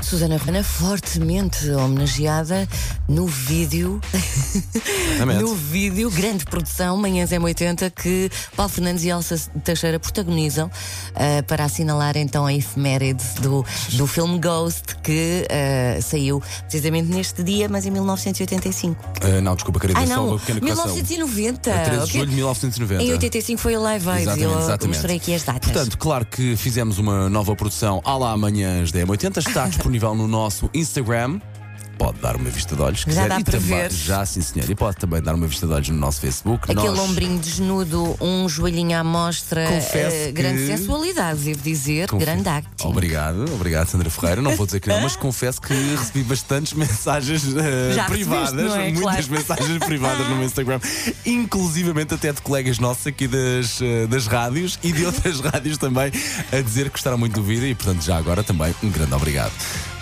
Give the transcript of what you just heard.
Susana Romana fortemente homenageada no vídeo. No vídeo, grande produção, Manhãs M80, que Paulo Fernandes e Elsa Teixeira protagonizam para assinalar então a efeméride do filme Ghost, que saiu precisamente neste dia, mas em 1985. Não, desculpa, querida, só uma pequena correção. 1990. 13 de julho de 1990. Em 85 foi o Live Aid. Eu mostrei aqui as datas. Portanto, claro que fizemos uma nova produção à lá Manhãs da M80. Está disponível no nosso Instagram. Pode dar uma vista de olhos, se quiser. Já dá para ver. Já, sim, senhor. E pode também dar uma vista de olhos no nosso Facebook. Aquele ombrinho desnudo, um joelhinho à mostra, grande sensualidade, devo dizer, grande acting. Obrigado, Sandra Ferreira. Não vou dizer que não, mas confesso que recebi bastantes mensagens privadas, não é? Muitas mensagens privadas no meu Instagram, inclusivamente até de colegas nossos aqui das rádios e de outras rádios também, a dizer que gostaram muito do vídeo e, portanto, já agora também um grande obrigado.